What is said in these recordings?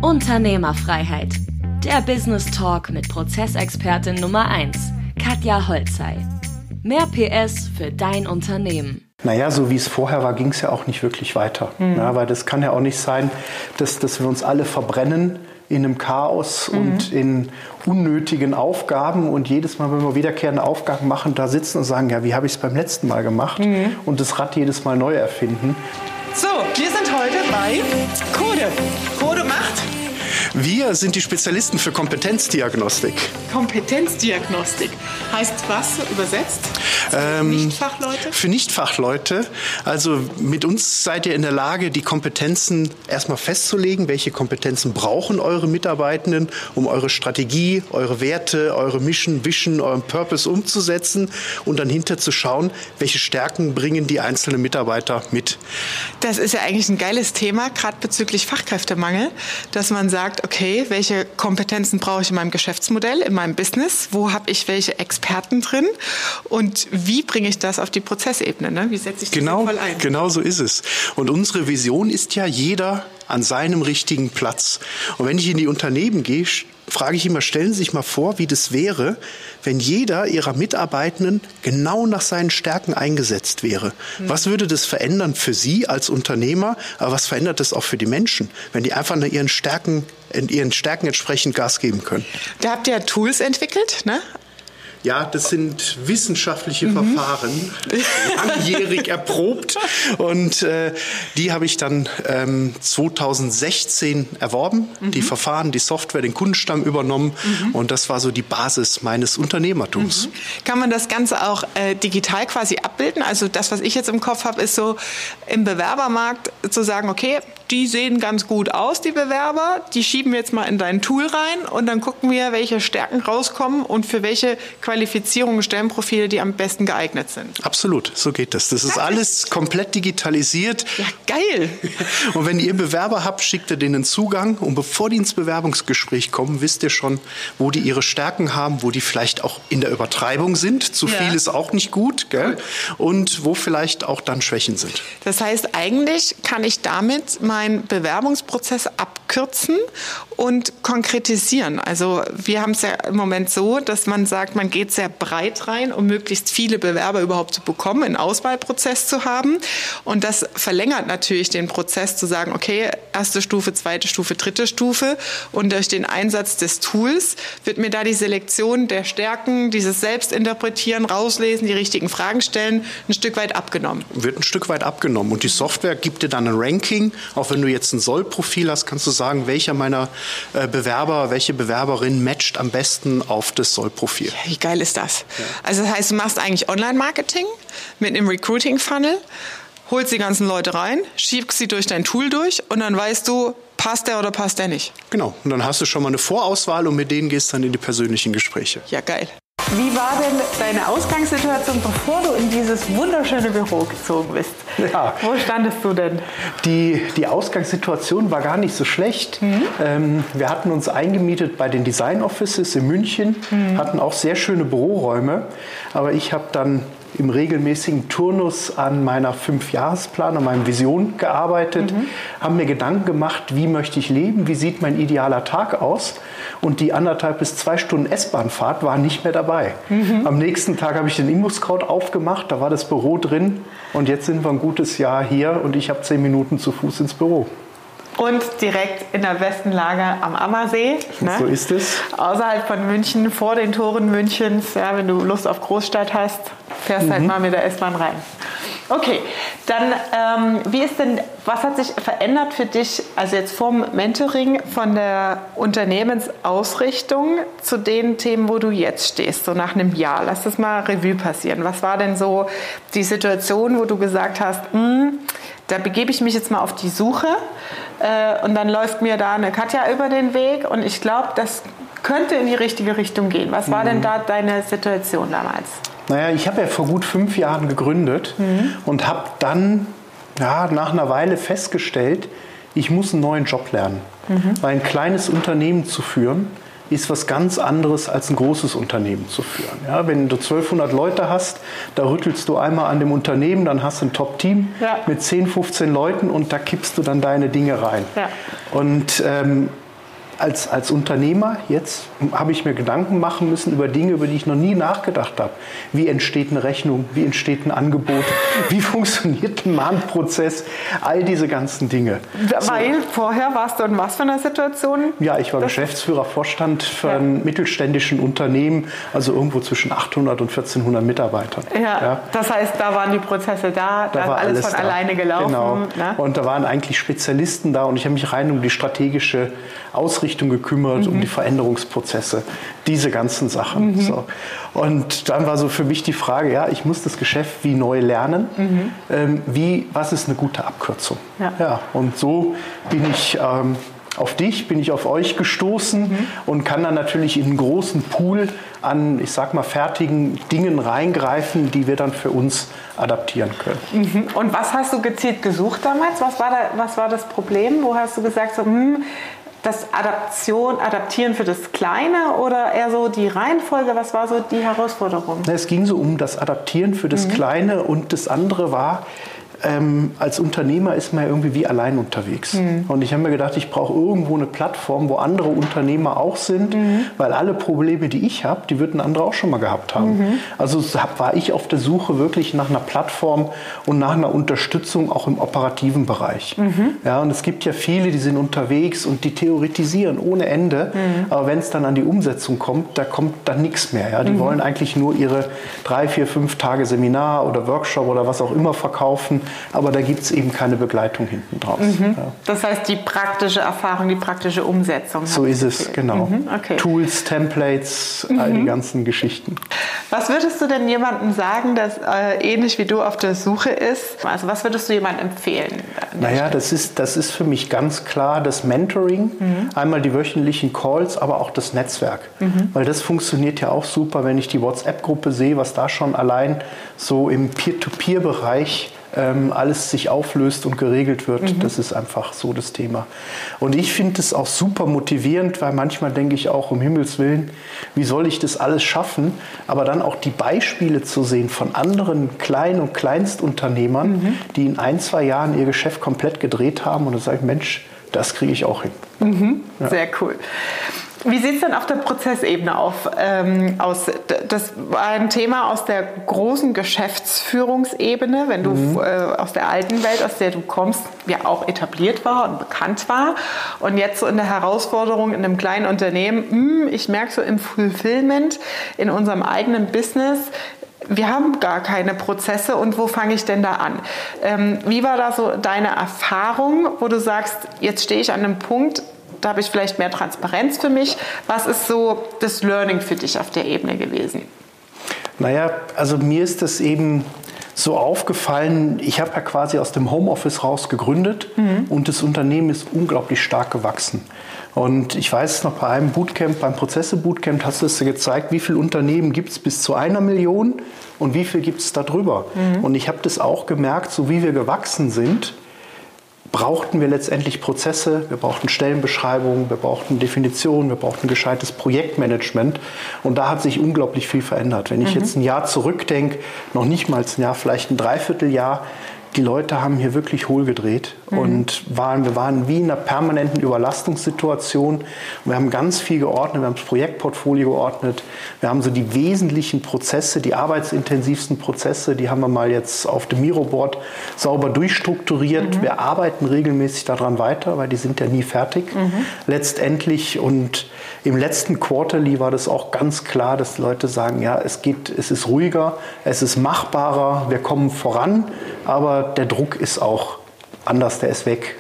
Unternehmerfreiheit. Der Business Talk mit Prozessexpertin Nummer 1, Katja Holzei. Mehr PS für dein Unternehmen. Naja, so wie es vorher war, ging es ja auch nicht wirklich weiter. Ja, weil das kann ja auch nicht sein, dass wir uns alle verbrennen in einem Chaos und in unnötigen Aufgaben und jedes Mal, wenn wir wiederkehrende Aufgaben machen, da sitzen und sagen, ja, wie habe ich es beim letzten Mal gemacht und das Rad jedes Mal neu erfinden. So, wir sind heute bei Code. Code macht? Wir sind die Spezialisten für Kompetenzdiagnostik. Kompetenzdiagnostik. Heißt was übersetzt? Für Nichtfachleute? Für Nichtfachleute. Also mit uns seid ihr in der Lage, die Kompetenzen erstmal festzulegen. Welche Kompetenzen brauchen eure Mitarbeitenden, um eure Strategie, eure Werte, eure Mission, Vision, euren Purpose umzusetzen und dann hinter zu schauen, welche Stärken bringen die einzelnen Mitarbeiter mit. Das ist ja eigentlich ein geiles Thema, gerade bezüglich Fachkräftemangel, dass man sagt, okay, welche Kompetenzen brauche ich in meinem Geschäftsmodell, in meinem Business? Wo habe ich welche Experten drin? Und wie bringe ich das auf die Prozessebene? Ne? Wie setze ich das voll ein? Genau so ist es. Und unsere Vision ist ja, jeder an seinem richtigen Platz. Und wenn ich in die Unternehmen gehe, frage ich immer, stellen Sie sich mal vor, wie das wäre, wenn jeder Ihrer Mitarbeitenden genau nach seinen Stärken eingesetzt wäre. Was würde das verändern für Sie als Unternehmer, aber was verändert das auch für die Menschen, wenn die einfach nach ihren Stärken entsprechend Gas geben können? Da habt ihr Tools entwickelt, ne? Ja, das sind wissenschaftliche Verfahren, langjährig erprobt. Und die habe ich dann 2016 erworben. Die Verfahren, die Software, den Kundenstamm übernommen. Und das war so die Basis meines Unternehmertums. Kann man das Ganze auch digital quasi abbilden? Also das, was ich jetzt im Kopf habe, ist so im Bewerbermarkt zu sagen, okay, die sehen ganz gut aus, die Bewerber. Die schieben wir jetzt mal in dein Tool rein und dann gucken wir, welche Stärken rauskommen und für welche Qualifizierungen, Stellenprofile, die am besten geeignet sind. Absolut, so geht das. Das ist alles komplett digitalisiert. Ja, geil. Und wenn ihr Bewerber habt, schickt ihr denen Zugang. Und bevor die ins Bewerbungsgespräch kommen, wisst ihr schon, wo die ihre Stärken haben, wo die vielleicht auch in der Übertreibung sind. Zu viel ist auch nicht gut, gell? Und wo vielleicht auch dann Schwächen sind. Das heißt, eigentlich kann ich damit meinen Bewerbungsprozess abkürzen und konkretisieren. Also wir haben es ja im Moment so, dass man sagt, man geht sehr breit rein, um möglichst viele Bewerber überhaupt zu bekommen, einen Auswahlprozess zu haben. Und das verlängert natürlich den Prozess zu sagen, okay, erste Stufe, zweite Stufe, dritte Stufe. Und durch den Einsatz des Tools wird mir da die Selektion der Stärken, dieses Selbstinterpretieren, rauslesen, die richtigen Fragen stellen, ein Stück weit abgenommen. Wird ein Stück weit abgenommen. Und die Software gibt dir dann ein Ranking. Auch wenn du jetzt ein Soll-Profil hast, kannst du sagen, welcher meiner Bewerber, welche Bewerberin matcht am besten auf das Soll-Profil. Wie geil ist das? Ja. Also das heißt, du machst eigentlich Online-Marketing mit einem Recruiting-Funnel, holst die ganzen Leute rein, schiebst sie durch dein Tool durch und dann weißt du, passt der oder passt der nicht. Genau, und dann hast du schon mal eine Vorauswahl und mit denen gehst du dann in die persönlichen Gespräche. Ja, geil. Wie war denn deine Ausgangssituation, bevor du in dieses wunderschöne Büro gezogen bist? Ja. Wo standest du denn? Die Ausgangssituation war gar nicht so schlecht. Wir hatten uns eingemietet bei den Design Offices in München, hatten auch sehr schöne Büroräume, aber ich habe dann im regelmäßigen Turnus an meiner 5-Jahresplan, an meinem Vision gearbeitet, haben mir Gedanken gemacht, wie möchte ich leben, wie sieht mein idealer Tag aus, und die 1,5 bis 2 Stunden S-Bahn-Fahrt waren nicht mehr dabei. Am nächsten Tag habe ich den ImmoScout aufgemacht, da war das Büro drin und jetzt sind wir ein gutes Jahr hier und ich habe 10 Minuten zu Fuß ins Büro. Und direkt in der besten Lage am Ammersee. Ne? So ist es. Außerhalb von München, vor den Toren Münchens. Ja, wenn du Lust auf Großstadt hast, fährst halt mal mit der S-Bahn rein. Okay, dann was hat sich verändert für dich, also jetzt vom Mentoring, von der Unternehmensausrichtung zu den Themen, wo du jetzt stehst, so nach einem Jahr? Lass das mal Revue passieren. Was war denn so die Situation, wo du gesagt hast, da begebe ich mich jetzt mal auf die Suche und dann läuft mir da eine Katja über den Weg und ich glaube, das könnte in die richtige Richtung gehen. Was war denn da deine Situation damals? Naja, ich habe ja vor gut 5 Jahren gegründet und habe dann nach einer Weile festgestellt, ich muss einen neuen Job lernen. Weil ein kleines Unternehmen zu führen, ist was ganz anderes als ein großes Unternehmen zu führen. Ja, wenn du 1200 Leute hast, da rüttelst du einmal an dem Unternehmen, dann hast du ein Top-Team mit 10, 15 Leuten und da kippst du dann deine Dinge rein. Ja. Und als Unternehmer jetzt habe ich mir Gedanken machen müssen über Dinge, über die ich noch nie nachgedacht habe. Wie entsteht eine Rechnung? Wie entsteht ein Angebot? Wie funktioniert ein Mahnprozess? All diese ganzen Dinge. Weil vorher warst du in was für einer Situation? Ja, ich war Geschäftsführer, Vorstand für einen mittelständischen Unternehmen, also irgendwo zwischen 800 und 1400 Mitarbeitern. Ja. Das heißt, da waren die Prozesse da war alles von alleine gelaufen. Genau. Ne? Und da waren eigentlich Spezialisten da und ich habe mich rein um die strategische Ausrichtung gekümmert, um die Veränderungsprozesse, diese ganzen Sachen. So. Und dann war so für mich die Frage, ja, ich muss das Geschäft wie neu lernen. Was ist eine gute Abkürzung? Ja, und so bin ich auf euch gestoßen und kann dann natürlich in einen großen Pool an, ich sag mal, fertigen Dingen reingreifen, die wir dann für uns adaptieren können. Und was hast du gezielt gesucht damals? Was war das Problem? Wo hast du gesagt, so, das Adaptieren für das Kleine oder eher so die Reihenfolge? Was war so die Herausforderung? Es ging so um das Adaptieren für das Kleine und das andere war, als Unternehmer ist man ja irgendwie wie allein unterwegs. Und ich habe mir gedacht, ich brauche irgendwo eine Plattform, wo andere Unternehmer auch sind, weil alle Probleme, die ich habe, die würden andere auch schon mal gehabt haben. Also war ich auf der Suche wirklich nach einer Plattform und nach einer Unterstützung auch im operativen Bereich. Ja, und es gibt ja viele, die sind unterwegs und die theoretisieren ohne Ende, aber wenn es dann an die Umsetzung kommt, da kommt dann nichts mehr. Ja? Die wollen eigentlich nur ihre 3, 4, 5 Tage Seminar oder Workshop oder was auch immer verkaufen, aber da gibt es eben keine Begleitung hinten draus. Ja. Das heißt, die praktische Erfahrung, die praktische Umsetzung. So ist es, genau. Okay. Tools, Templates, all die ganzen Geschichten. Was würdest du denn jemandem sagen, der ähnlich wie du auf der Suche ist? Also was würdest du jemandem empfehlen? Naja, das ist für mich ganz klar das Mentoring. Einmal die wöchentlichen Calls, aber auch das Netzwerk. Weil das funktioniert ja auch super, wenn ich die WhatsApp-Gruppe sehe, was da schon allein so im Peer-to-Peer-Bereich alles sich auflöst und geregelt wird. Das ist einfach so das Thema. Und ich finde es auch super motivierend, weil manchmal denke ich auch, um Himmels Willen, wie soll ich das alles schaffen? Aber dann auch die Beispiele zu sehen von anderen Klein- und Kleinstunternehmern, die in 1, 2 Jahren ihr Geschäft komplett gedreht haben. Und dann sage ich, Mensch, das kriege ich auch hin. Ja. Sehr cool. Wie sieht es denn auf der Prozessebene aus? Das war ein Thema aus der großen Geschäftsführungsebene, wenn du aus der alten Welt, aus der du kommst, ja auch etabliert war und bekannt war. Und jetzt so in der Herausforderung in einem kleinen Unternehmen, ich merke so im Fulfillment, in unserem eigenen Business, wir haben gar keine Prozesse und wo fange ich denn da an? Wie war da so deine Erfahrung, wo du sagst, jetzt stehe ich an einem Punkt, da habe ich vielleicht mehr Transparenz für mich. Was ist so das Learning für dich auf der Ebene gewesen? Naja, also mir ist das eben so aufgefallen, ich habe ja quasi aus dem Homeoffice raus gegründet und das Unternehmen ist unglaublich stark gewachsen. Und ich weiß noch, bei einem Bootcamp, beim Prozesse-Bootcamp hast du es gezeigt, wie viele Unternehmen gibt es bis zu 1 Million und wie viel gibt es da drüber. Und ich habe das auch gemerkt, so wie wir gewachsen sind, brauchten wir letztendlich Prozesse, wir brauchten Stellenbeschreibungen, wir brauchten Definitionen, wir brauchten gescheites Projektmanagement und da hat sich unglaublich viel verändert. Wenn ich jetzt ein Jahr zurückdenke, noch nicht mal ein Jahr, vielleicht ein Dreivierteljahr, die Leute haben hier wirklich hohl gedreht und wir waren wie in einer permanenten Überlastungssituation. Wir haben ganz viel geordnet, wir haben das Projektportfolio geordnet, wir haben so die wesentlichen Prozesse, die arbeitsintensivsten Prozesse, die haben wir mal jetzt auf dem Miro-Board sauber durchstrukturiert. Wir arbeiten regelmäßig daran weiter, weil die sind ja nie fertig letztendlich. Und im letzten Quarterly war das auch ganz klar, dass die Leute sagen, ja, es ist ruhiger, es ist machbarer, wir kommen voran, aber der Druck ist auch anders, der ist weg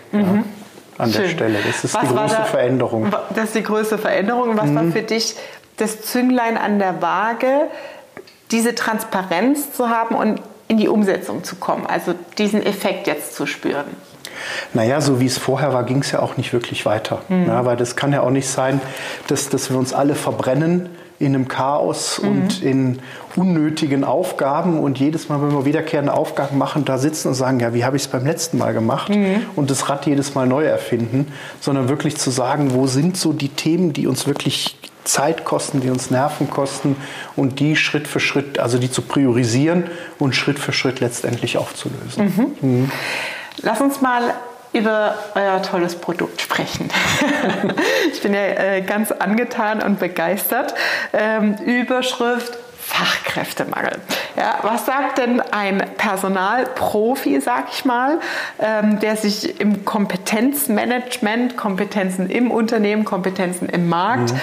an der Stelle. Das ist die größte Veränderung. Das ist die größte Veränderung. Und was war für dich das Zünglein an der Waage, diese Transparenz zu haben und in die Umsetzung zu kommen, also diesen Effekt jetzt zu spüren? Naja, so wie es vorher war, ging es ja auch nicht wirklich weiter. Ja, weil das kann ja auch nicht sein, dass wir uns alle verbrennen in einem Chaos und in unnötigen Aufgaben und jedes Mal, wenn wir wiederkehrende Aufgaben machen, da sitzen und sagen, ja, wie habe ich es beim letzten Mal gemacht und das Rad jedes Mal neu erfinden, sondern wirklich zu sagen, wo sind so die Themen, die uns wirklich Zeit kosten, die uns Nerven kosten und die Schritt für Schritt, also die zu priorisieren und Schritt für Schritt letztendlich aufzulösen. Lass uns mal über euer tolles Produkt sprechen. Ich bin ja ganz angetan und begeistert. Überschrift Fachkräftemangel. Ja, was sagt denn ein Personalprofi, sag ich mal, der sich im Kompetenzmanagement, Kompetenzen im Unternehmen, Kompetenzen im Markt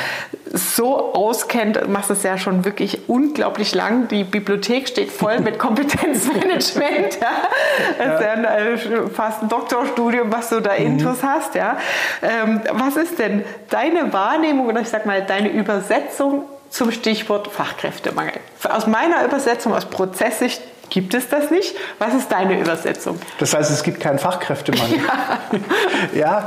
so auskennt? Du machst es ja schon wirklich unglaublich lang. Die Bibliothek steht voll mit Kompetenzmanagement. Ja. Das ist ja fast ein Doktorstudium, was du da intus hast. Ja. Was ist denn deine Wahrnehmung oder ich sag mal deine Übersetzung zum Stichwort Fachkräftemangel? Aus meiner Übersetzung, aus Prozesssicht, gibt es das nicht. Was ist deine Übersetzung? Das heißt, es gibt keinen Fachkräftemangel. Ja,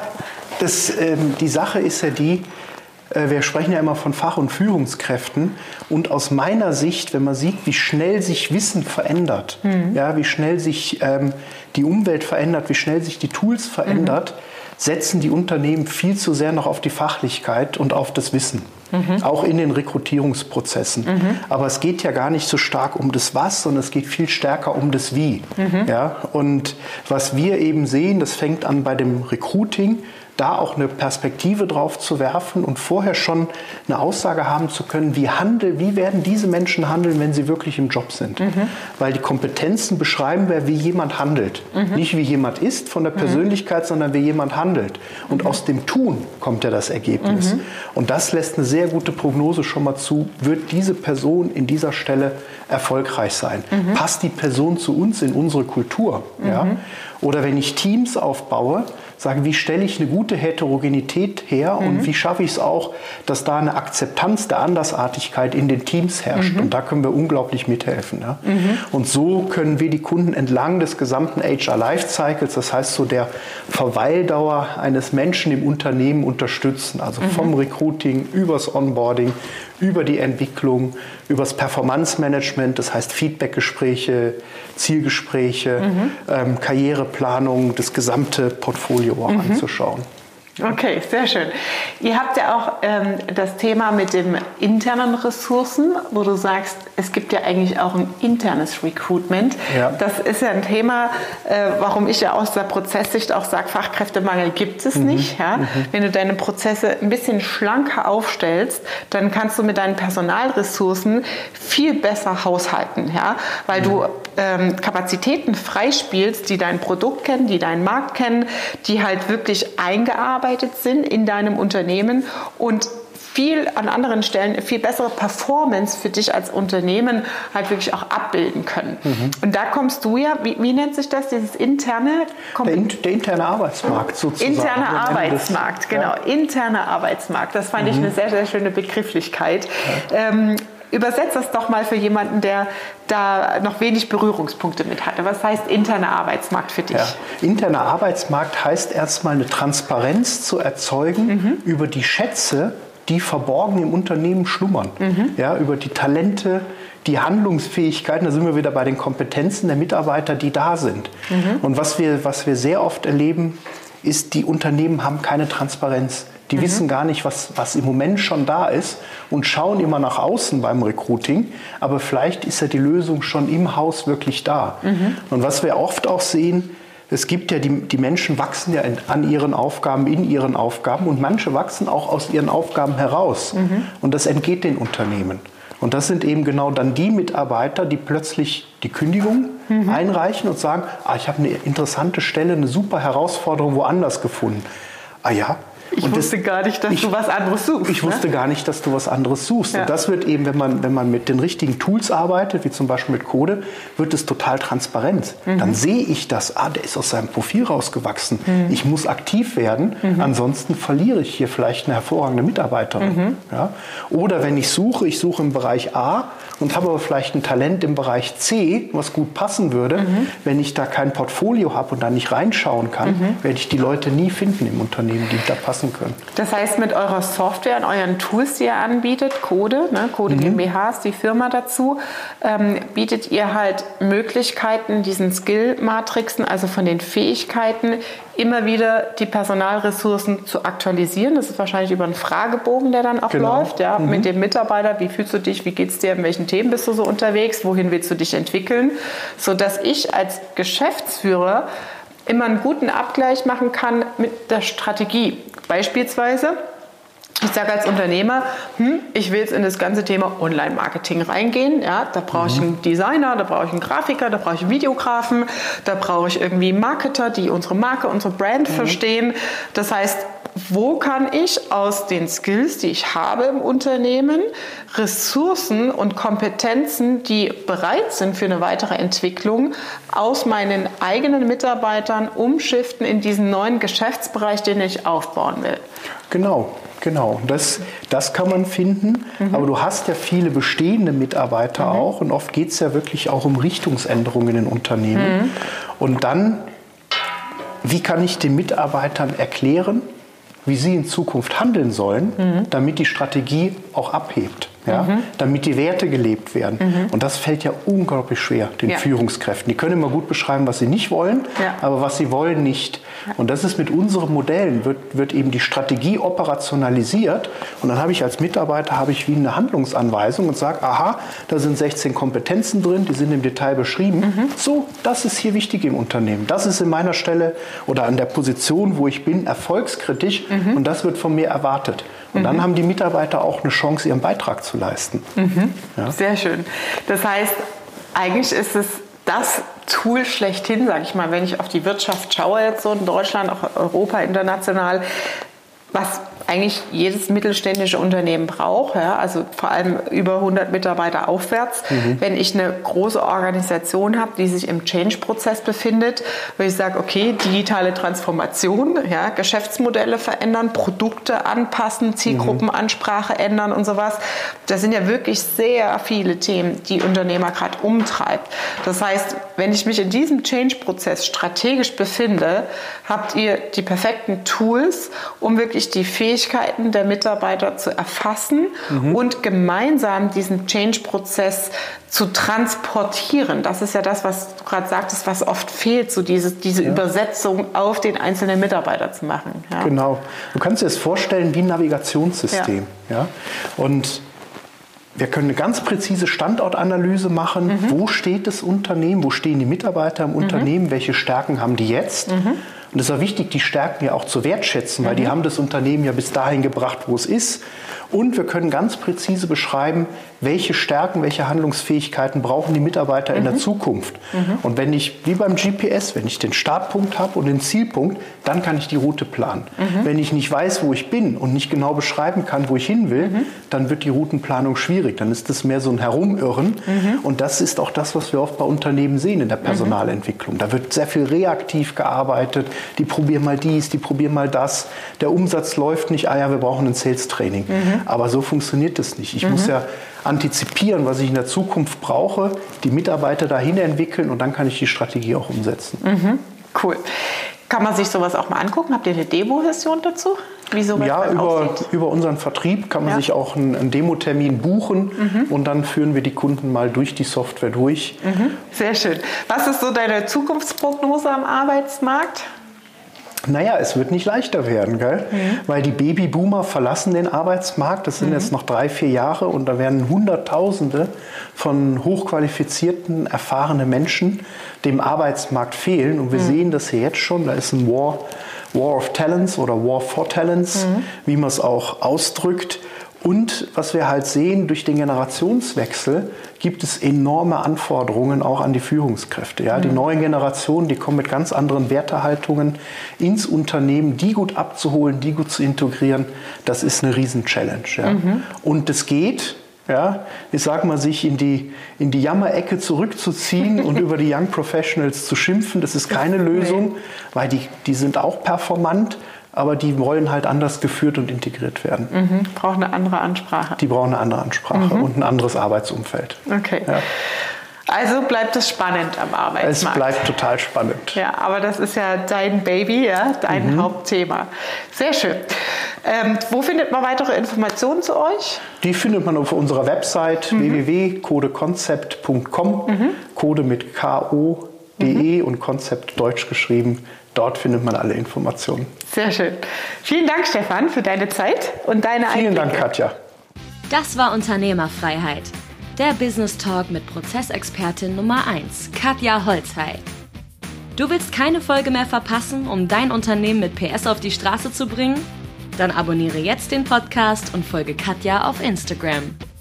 die Sache ist ja die, wir sprechen ja immer von Fach- und Führungskräften. Und aus meiner Sicht, wenn man sieht, wie schnell sich Wissen verändert, ja, wie schnell sich die Umwelt verändert, wie schnell sich die Tools verändert, setzen die Unternehmen viel zu sehr noch auf die Fachlichkeit und auf das Wissen. Auch in den Rekrutierungsprozessen. Aber es geht ja gar nicht so stark um das Was, sondern es geht viel stärker um das Wie. Ja? Und was wir eben sehen, das fängt an bei dem Recruiting, da auch eine Perspektive drauf zu werfen und vorher schon eine Aussage haben zu können, wie werden diese Menschen handeln, wenn sie wirklich im Job sind. Weil die Kompetenzen beschreiben wir, wie jemand handelt. Nicht wie jemand ist von der Persönlichkeit, sondern wie jemand handelt. Und aus dem Tun kommt ja das Ergebnis. Und das lässt eine sehr gute Prognose schon mal zu, wird diese Person in dieser Stelle erfolgreich sein? Passt die Person zu uns in unsere Kultur? Ja? Oder wenn ich Teams aufbaue, sage, wie stelle ich eine gute Heterogenität her und wie schaffe ich es auch, dass da eine Akzeptanz der Andersartigkeit in den Teams herrscht. Und da können wir unglaublich mithelfen. Ja? Und so können wir die Kunden entlang des gesamten HR-Lifecycles, das heißt so der Verweildauer eines Menschen im Unternehmen unterstützen. Also vom Recruiting übers Onboarding, über die Entwicklung, übers Performance-Management, das heißt Feedbackgespräche, Zielgespräche, Karriereplanung, das gesamte Portfolio auch anzuschauen. Okay, sehr schön. Ihr habt ja auch das Thema mit den internen Ressourcen, wo du sagst, es gibt ja eigentlich auch ein internes Recruitment. Ja. Das ist ja ein Thema, warum ich ja aus der Prozesssicht auch sage, Fachkräftemangel gibt es nicht. Ja? Wenn du deine Prozesse ein bisschen schlanker aufstellst, dann kannst du mit deinen Personalressourcen viel besser haushalten, ja? Weil du Kapazitäten freispielst, die dein Produkt kennen, die deinen Markt kennen, die halt wirklich eingearbeitet sind in deinem Unternehmen und viel an anderen Stellen viel bessere Performance für dich als Unternehmen halt wirklich auch abbilden können. Und da kommst du ja, wie nennt sich das, dieses interne? Der interne Arbeitsmarkt sozusagen. Interner Arbeitsmarkt, genau. Ja. Interner Arbeitsmarkt, das fand ich eine sehr, sehr schöne Begrifflichkeit. Ja. Übersetzt das doch mal für jemanden, der da noch wenig Berührungspunkte mit hatte. Was heißt interner Arbeitsmarkt für dich? Ja. Interner Arbeitsmarkt heißt erstmal eine Transparenz zu erzeugen über die Schätze, die verborgen im Unternehmen schlummern. Ja, über die Talente, die Handlungsfähigkeiten, da sind wir wieder bei den Kompetenzen der Mitarbeiter, die da sind. Und was wir sehr oft erleben, ist, die Unternehmen haben keine Transparenz. Die wissen gar nicht, was im Moment schon da ist und schauen immer nach außen beim Recruiting. Aber vielleicht ist ja die Lösung schon im Haus wirklich da. Und was wir oft auch sehen, es gibt ja, die Menschen wachsen ja an ihren Aufgaben, in ihren Aufgaben und manche wachsen auch aus ihren Aufgaben heraus. Und das entgeht den Unternehmen. Und das sind eben genau dann die Mitarbeiter, die plötzlich die Kündigung einreichen und sagen, ich habe eine interessante Stelle, eine super Herausforderung woanders gefunden. Ich wusste gar nicht, dass du was anderes suchst. Ich wusste gar nicht, dass du was anderes suchst. Ja. Und das wird eben, wenn man mit den richtigen Tools arbeitet, wie zum Beispiel mit Code, wird es total transparent. Dann sehe ich das, der ist aus seinem Profil rausgewachsen. Ich muss aktiv werden, ansonsten verliere ich hier vielleicht eine hervorragende Mitarbeiterin. Ja? Oder wenn ich suche im Bereich A und habe aber vielleicht ein Talent im Bereich C, was gut passen würde. Wenn ich da kein Portfolio habe und da nicht reinschauen kann, werde ich die Leute nie finden im Unternehmen, die da passen können. Das heißt, mit eurer Software und euren Tools, die ihr anbietet, Code GmbH ist die Firma dazu, bietet ihr halt Möglichkeiten, diesen Skill-Matrixen, also von den Fähigkeiten, immer wieder die Personalressourcen zu aktualisieren. Das ist wahrscheinlich über einen Fragebogen, der dann auch läuft, ja, mit dem Mitarbeiter. Wie fühlst du dich? Wie geht's dir? In welchen Themen bist du so unterwegs? Wohin willst du dich entwickeln? Sodass ich als Geschäftsführer immer einen guten Abgleich machen kann mit der Strategie. Beispielsweise, ich sage als Unternehmer, ich will jetzt in das ganze Thema Online-Marketing reingehen. Ja, da brauche ich einen Designer, da brauche ich einen Grafiker, da brauche ich einen Videografen, da brauche ich irgendwie Marketer, die unsere Marke, unsere Brand verstehen. Das heißt, wo kann ich aus den Skills, die ich habe im Unternehmen, Ressourcen und Kompetenzen, die bereit sind für eine weitere Entwicklung, aus meinen eigenen Mitarbeitern umschiften in diesen neuen Geschäftsbereich, den ich aufbauen will? Genau. Das kann man finden, aber du hast ja viele bestehende Mitarbeiter auch und oft geht es ja wirklich auch um Richtungsänderungen in Unternehmen. Und dann, wie kann ich den Mitarbeitern erklären, wie sie in Zukunft handeln sollen, damit die Strategie auch abhebt, ja? Damit die Werte gelebt werden. Und das fällt ja unglaublich schwer den Führungskräften. Die können immer gut beschreiben, was sie nicht wollen, aber was sie wollen nicht. Und das ist mit unseren Modellen, wird eben die Strategie operationalisiert und dann habe ich als Mitarbeiter wie eine Handlungsanweisung und sage, aha, da sind 16 Kompetenzen drin, die sind im Detail beschrieben. So, das ist hier wichtig im Unternehmen. Das ist in meiner Stelle oder an der Position, wo ich bin, erfolgskritisch und das wird von mir erwartet. Und dann haben die Mitarbeiter auch eine Chance, ihren Beitrag zu leisten. Ja? Sehr schön. Das heißt, eigentlich ist es das Tool schlechthin, sage ich mal, wenn ich auf die Wirtschaft schaue, jetzt so in Deutschland, auch Europa, international, was eigentlich jedes mittelständische Unternehmen braucht, ja, also vor allem über 100 Mitarbeiter aufwärts. Wenn ich eine große Organisation habe, die sich im Change-Prozess befindet, wo ich sage, okay, digitale Transformation, ja, Geschäftsmodelle verändern, Produkte anpassen, Zielgruppenansprache ändern und sowas. Das sind ja wirklich sehr viele Themen, die Unternehmer gerade umtreibt. Das heißt, wenn ich mich in diesem Change-Prozess strategisch befinde, habt ihr die perfekten Tools, um wirklich die Fähigkeiten der Mitarbeiter zu erfassen und gemeinsam diesen Change-Prozess zu transportieren. Das ist ja das, was du gerade sagtest, was oft fehlt, so diese Übersetzung auf den einzelnen Mitarbeiter zu machen. Ja. Genau. Du kannst dir das vorstellen wie ein Navigationssystem. Ja? Und wir können eine ganz präzise Standortanalyse machen. Wo steht das Unternehmen? Wo stehen die Mitarbeiter im Unternehmen? Welche Stärken haben die jetzt? Und es ist auch wichtig, die Stärken ja auch zu wertschätzen, weil die haben das Unternehmen ja bis dahin gebracht, wo es ist. Und wir können ganz präzise beschreiben, welche Stärken, welche Handlungsfähigkeiten brauchen die Mitarbeiter in der Zukunft. Und wenn ich, wie beim GPS, wenn ich den Startpunkt habe und den Zielpunkt, dann kann ich die Route planen. Wenn ich nicht weiß, wo ich bin und nicht genau beschreiben kann, wo ich hin will, dann wird die Routenplanung schwierig. Dann ist das mehr so ein Herumirren. Und das ist auch das, was wir oft bei Unternehmen sehen in der Personalentwicklung. Da wird sehr viel reaktiv gearbeitet. Die probieren mal dies, die probieren mal das. Der Umsatz läuft nicht, wir brauchen ein Sales-Training. Aber so funktioniert das nicht. Ich muss ja antizipieren, was ich in der Zukunft brauche, die Mitarbeiter dahin entwickeln und dann kann ich die Strategie auch umsetzen. Cool. Kann man sich sowas auch mal angucken? Habt ihr eine Demo-Version dazu? Wie sowas über unseren Vertrieb kann man sich auch einen Demo-Termin buchen und dann führen wir die Kunden mal durch die Software durch. Sehr schön. Was ist so deine Zukunftsprognose am Arbeitsmarkt? Naja, es wird nicht leichter werden, gell? Weil die Babyboomer verlassen den Arbeitsmarkt. Das sind jetzt noch 3-4 Jahre und da werden Hunderttausende von hochqualifizierten, erfahrenen Menschen dem Arbeitsmarkt fehlen. Und wir sehen das hier jetzt schon. Da ist ein War of Talents oder War for Talents, wie man es auch ausdrückt. Und was wir halt sehen, durch den Generationswechsel gibt es enorme Anforderungen auch an die Führungskräfte. Ja? Die neuen Generationen, die kommen mit ganz anderen Wertehaltungen ins Unternehmen, die gut abzuholen, die gut zu integrieren, das ist eine Riesen-Challenge. Ja? Und es geht, ja, ich sag mal, sich in die Jammerecke zurückzuziehen und über die Young Professionals zu schimpfen, das ist keine Lösung, weil die sind auch performant. Aber die wollen halt anders geführt und integriert werden. Brauchen eine andere Ansprache. Die brauchen eine andere Ansprache und ein anderes Arbeitsumfeld. Okay. Ja. Also bleibt es spannend am Arbeitsmarkt. Es bleibt total spannend. Ja, aber das ist ja dein Baby, ja, dein Hauptthema. Sehr schön. Wo findet man weitere Informationen zu euch? Die findet man auf unserer Website www.codeconcept.com. Code mit K-O-D-E und Konzept deutsch geschrieben. Dort findet man alle Informationen. Sehr schön. Vielen Dank, Stefan, für deine Zeit und deine Einblicke. Vielen Dank, Katja. Das war Unternehmerfreiheit. Der Business Talk mit Prozessexpertin Nummer 1, Katja Holzhey. Du willst keine Folge mehr verpassen, um dein Unternehmen mit PS auf die Straße zu bringen? Dann abonniere jetzt den Podcast und folge Katja auf Instagram.